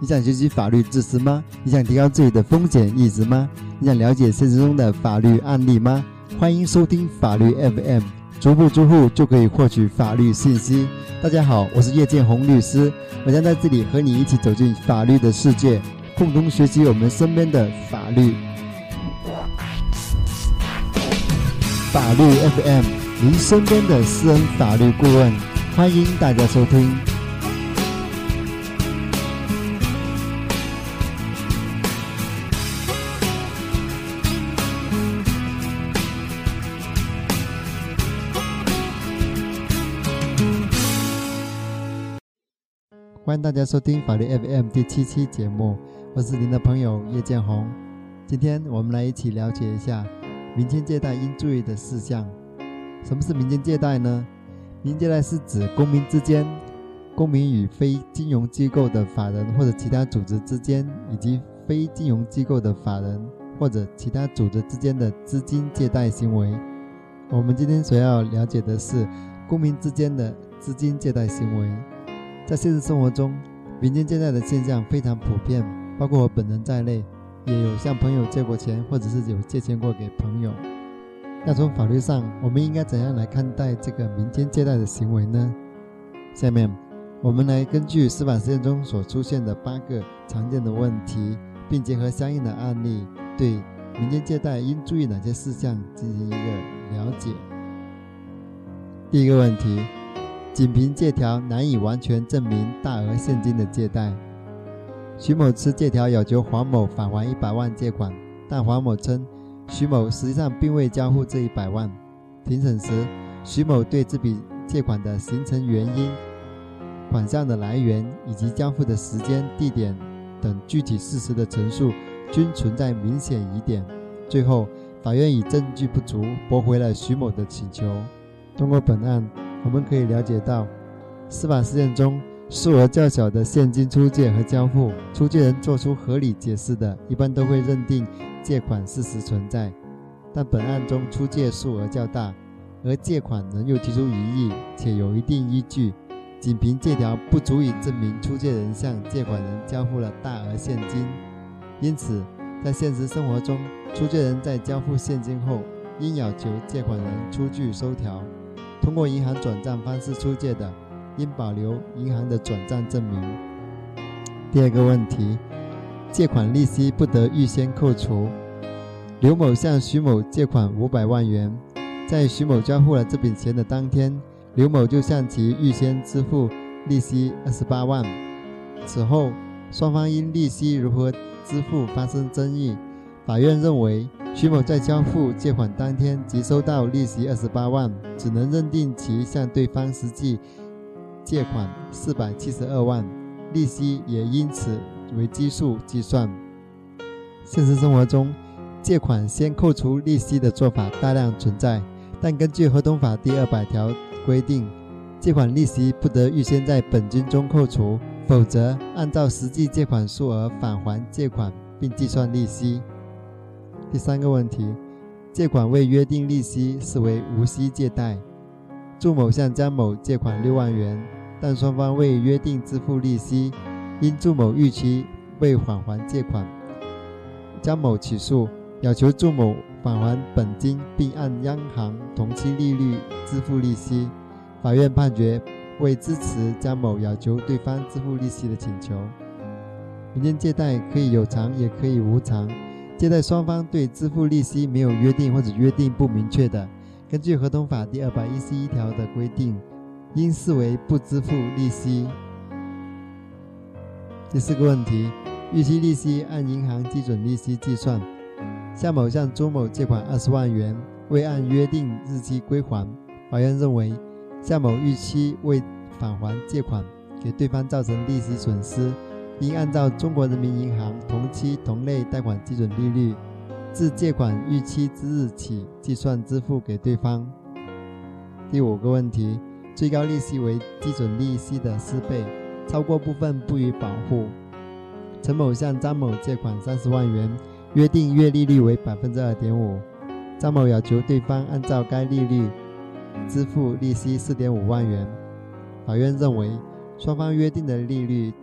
你想学习法律知识吗？你想提高自己的风险意识吗？你想了解现实中的法律案例吗？欢迎收听法律 FM， 足不出户就可以获取法律信息。大家好，我是叶建宏律师，我将在这里和你一起走进法律的世界，共同学习我们身边的法律。法律 FM， 您身边的私人法律顾问，欢迎大家收听。欢迎大家收听法律 FM 第7期节目，我是您的朋友叶建宏。今天我们来一起了解一下民间借贷应注意的事项。什么是民间借贷呢？民间借贷是指公民之间、公民与非金融机构的法人或者其他组织之间，以及非金融机构的法人或者其他组织之间的资金借贷行为。我们今天所要了解的是公民之间的资金借贷行为。在现实生活中，民间借贷的现象非常普遍，包括我本人在内，也有向朋友借过钱，或者是有借钱过给朋友。那从法律上，我们应该怎样来看待这个民间借贷的行为呢？下面我们来根据司法实践中所出现的8个常见的问题，并结合相应的案例，对民间借贷应注意哪些事项进行一个了解。第一个问题，仅凭借条难以完全证明大额现金的借贷。徐某持借条要求黄某返还100万借款，但黄某称徐某实际上并未交付这100万。庭审时，徐某对这笔借款的形成原因、款项的来源以及交付的时间、地点等具体事实的陈述均存在明显疑点。最后，法院以证据不足驳回了徐某的请求。通过本案，我们可以了解到，司法实践中数额较小的现金出借和交付，出借人做出合理解释的，一般都会认定借款事实存在。但本案中出借数额较大，而借款人又提出异议，且有一定依据，仅凭借条不足以证明出借人向借款人交付了大额现金。因此，在现实生活中，出借人在交付现金后，应要求借款人出具收条。通过银行转账方式出借的，应保留银行的转账证明。第二个问题，借款利息不得预先扣除。刘某向徐某借款500万元，在徐某交付了这笔钱的当天，刘某就向其预先支付利息28万。此后，双方因利息如何支付发生争议，法院认为徐某在交付借款当天即收到利息28万，只能认定其向对方实际借款472万，利息也因此为基数计算。现实生活中，借款先扣除利息的做法大量存在，但根据合同法第200条规定，借款利息不得预先在本金中扣除，否则按照实际借款数额返还借款并计算利息。第三个问题，借款未约定利息视为无息借贷。祝某向江某借款6万元，但双方未约定支付利息，因祝某逾期未返还借款，江某起诉，要求祝某返还本金并按央行同期利率支付利息。法院判决未支持江某要求对方支付利息的请求。民间借贷可以有偿也可以无偿，借贷双方对支付利息没有约定或者约定不明确的，根据合同法第211条的规定，应视为不支付利息。第四个问题，逾期利息按银行基准利息计算。夏某向朱某借款20万元，未按约定日期归还，法院认为夏某逾期未返还借款，给对方造成利息损失，应按照中国人民银行同期同类贷款基准利率，自借款逾期之日起计算支付给对方。第五个问题，最高利息为基准利息的4倍，超过部分不予保护。陈某向张某借款30万元，约定月利率为 2.5%， 张某要求对方按照该利率支付利息 4.5 万元。法院认为双方约定的利率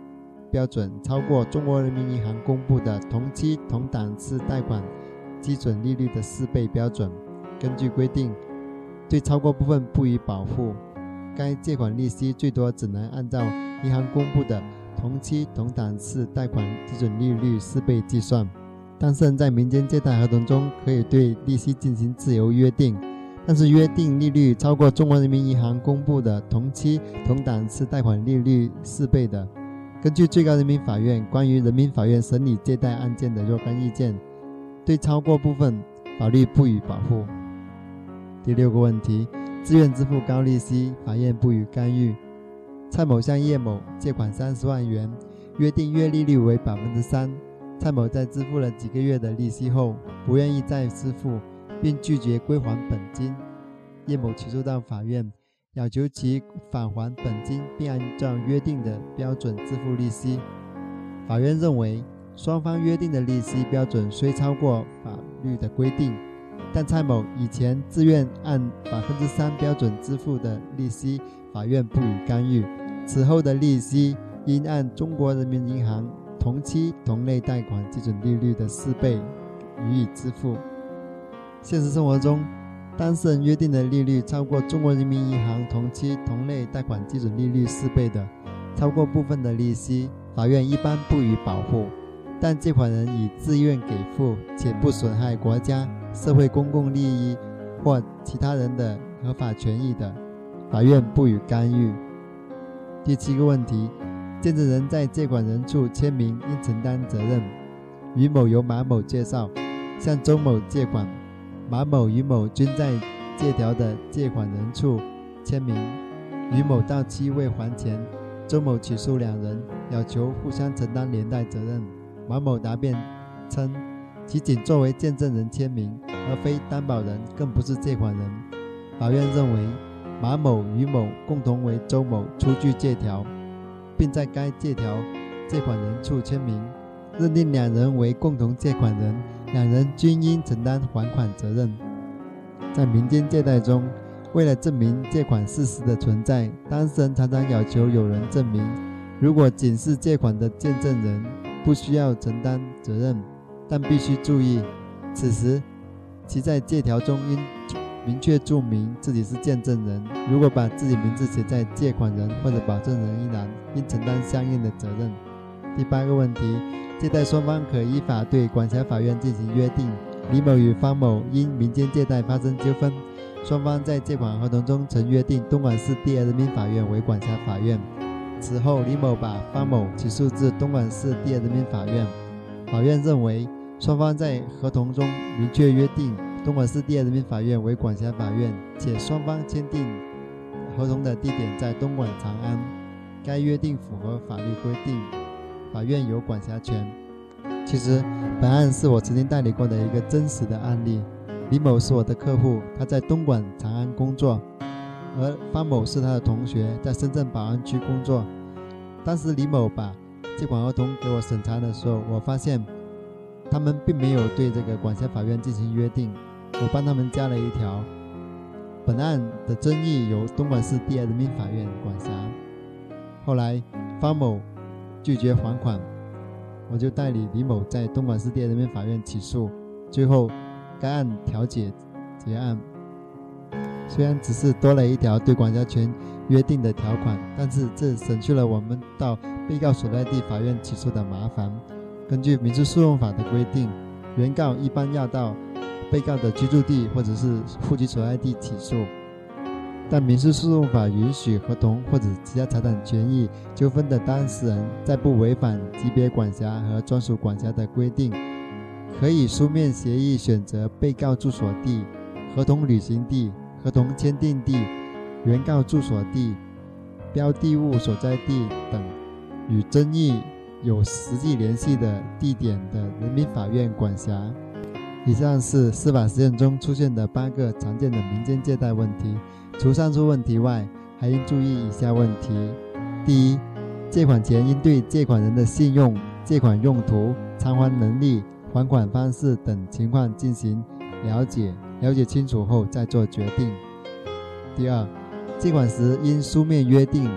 标准超过中国人民银行公布的同期同档次贷款基准利率的4倍标准。根据规定，对超过部分不予保护，该借款利息最多只能按照银行公布的同期同档次贷款基准利率4倍计算。当事人在民间借贷合同中可以对利息进行自由约定，但是约定利率超过中国人民银行公布的同期同档次贷款利率4倍的，根据最高人民法院关于人民法院审理借贷案件的若干意见，对超过部分法律不予保护。第6个问题，自愿支付高利息，法院不予干预。蔡某向叶某借款30万元，约定月利率为 3%。蔡某在支付了几个月的利息后，不愿意再支付，并拒绝归还本金。叶某起诉到法院，要求其返还本金，并按照约定的标准支付利息。法院认为，双方约定的利息标准虽超过法律的规定，但蔡某以前自愿按 3% 标准支付的利息，法院不予干预。此后的利息应按中国人民银行同期同类贷款基准利率的4倍予以支付。现实生活中，当事人约定的利率超过中国人民银行同期同类贷款基准利率4倍的，超过部分的利息，法院一般不予保护，但借款人已自愿给付且不损害国家、社会公共利益或其他人的合法权益的，法院不予干预。第7个问题，见证人在借款人处签名应承担责任。于某由马某介绍向周某借款，马某、于某均在借条的借款人处签名。于某到期未还钱，周某起诉两人，要求互相承担连带责任。马某答辩称，其仅作为见证人签名，而非担保人，更不是借款人。法院认为，马某、于某共同为周某出具借条，并在该借条借款人处签名，认定两人为共同借款人，两人均应承担还款责任。在民间借贷中，为了证明借款事实的存在，当事人常常要求有人证明。如果仅是借款的见证人，不需要承担责任，但必须注意，此时其在借条中应明确注明自己是见证人。如果把自己名字写在借款人或者保证人一栏，应承担相应的责任。第8个问题，借贷双方可依法对管辖法院进行约定。李某与方某因民间借贷发生纠纷，双方在借款合同中曾约定东莞市第二人民法院为管辖法院。此后，李某把方某起诉至东莞市第二人民法院。法院认为，双方在合同中明确约定东莞市第二人民法院为管辖法院，且双方签订合同的地点在东莞长安，该约定符合法律规定，法院有管辖权。其实，本案是我曾经代理过的一个真实的案例。李某是我的客户，他在东莞长安工作，而方某是他的同学，在深圳宝安区工作。当时李某把借款合同给我审查的时候，我发现他们并没有对这个管辖法院进行约定，我帮他们加了一条，本案的争议由东莞市第二人民法院管辖。后来方某拒绝还款，我就代理李某在东莞市第二人民法院起诉，最后该案调解结案。虽然只是多了一条对管辖权约定的条款，但是这省去了我们到被告所在地法院起诉的麻烦。根据民事诉讼法的规定，原告一般要到被告的居住地或者是户籍所在地起诉，但民事诉讼法允许合同或者其他财产权益纠纷的当事人，在不违反级别管辖和专属管辖的规定，可以书面协议选择被告住所地、合同履行地、合同签订地、原告住所地、标的物所在地等与争议有实际联系的地点的人民法院管辖。以上是司法实践中出现的8个常见的民间借贷问题。除上述问题外，还应注意以下问题：第一，借款前应对借款人的信用、借款用途、偿还能力、还款方式等情况进行了解清楚后再做决定。第二，借款时应书面约定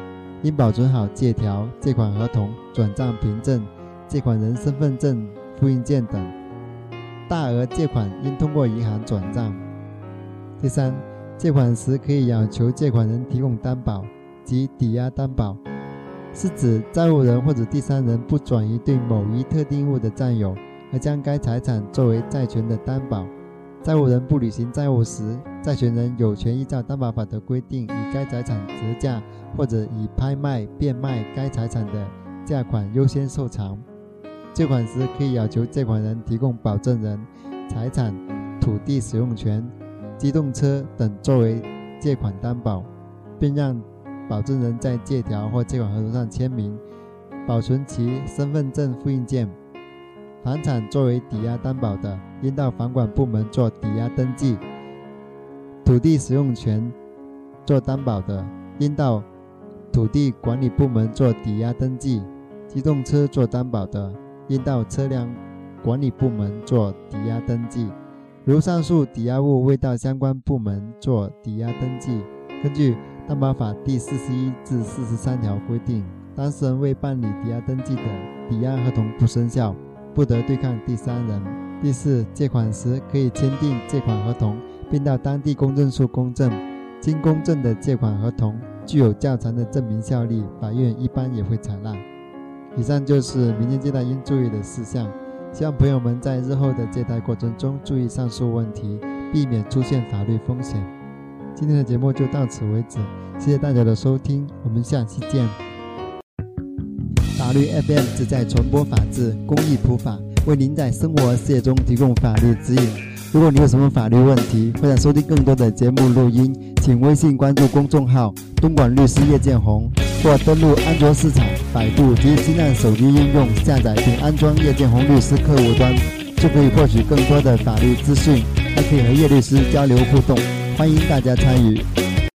应保存好借条、借款合同、转账凭证、借款人身份证复印件等。大额借款应通过银行转账。第三，借款时可以要求借款人提供担保及抵押担保，是指债务人或者第三人不转移对某一特定物的占有，而将该财产作为债权的担保。债务人不履行债务时，债权人有权依照担保法的规定，以该财产折价或者以拍卖、变卖该财产的价款优先受偿。借款时可以要求借款人提供保证人、财产、土地使用权、机动车等作为借款担保，并让保证人在借条或借款合同上签名，保存其身份证复印件。房产作为抵押担保的，应到房管部门做抵押登记；土地使用权做担保的，应到土地管理部门做抵押登记；机动车做担保的，应到车辆管理部门做抵押登记。如上述抵押物未到相关部门做抵押登记，根据担保法第41至43条规定，当事人未办理抵押登记的，抵押合同不生效，不得对抗第三人。第四，借款时可以签订借款合同，并到当地公证处公证。经公证的借款合同具有较长的证明效力，法院一般也会采纳。以上就是民间借贷应注意的事项，希望朋友们在日后的借贷过程中注意上述问题，避免出现法律风险。今天的节目就到此为止，谢谢大家的收听，我们下期见。法律 FM 旨在传播法治、公益普法，为您在生活事业中提供法律指引。如果你有什么法律问题，或想收听更多的节目录音，请微信关注公众号东莞律师叶建宏，或登录安卓市场、百度及新浪手机应用下载并安装叶建宏律师客户端，就可以获取更多的法律资讯，还可以和叶律师交流互动，欢迎大家参与。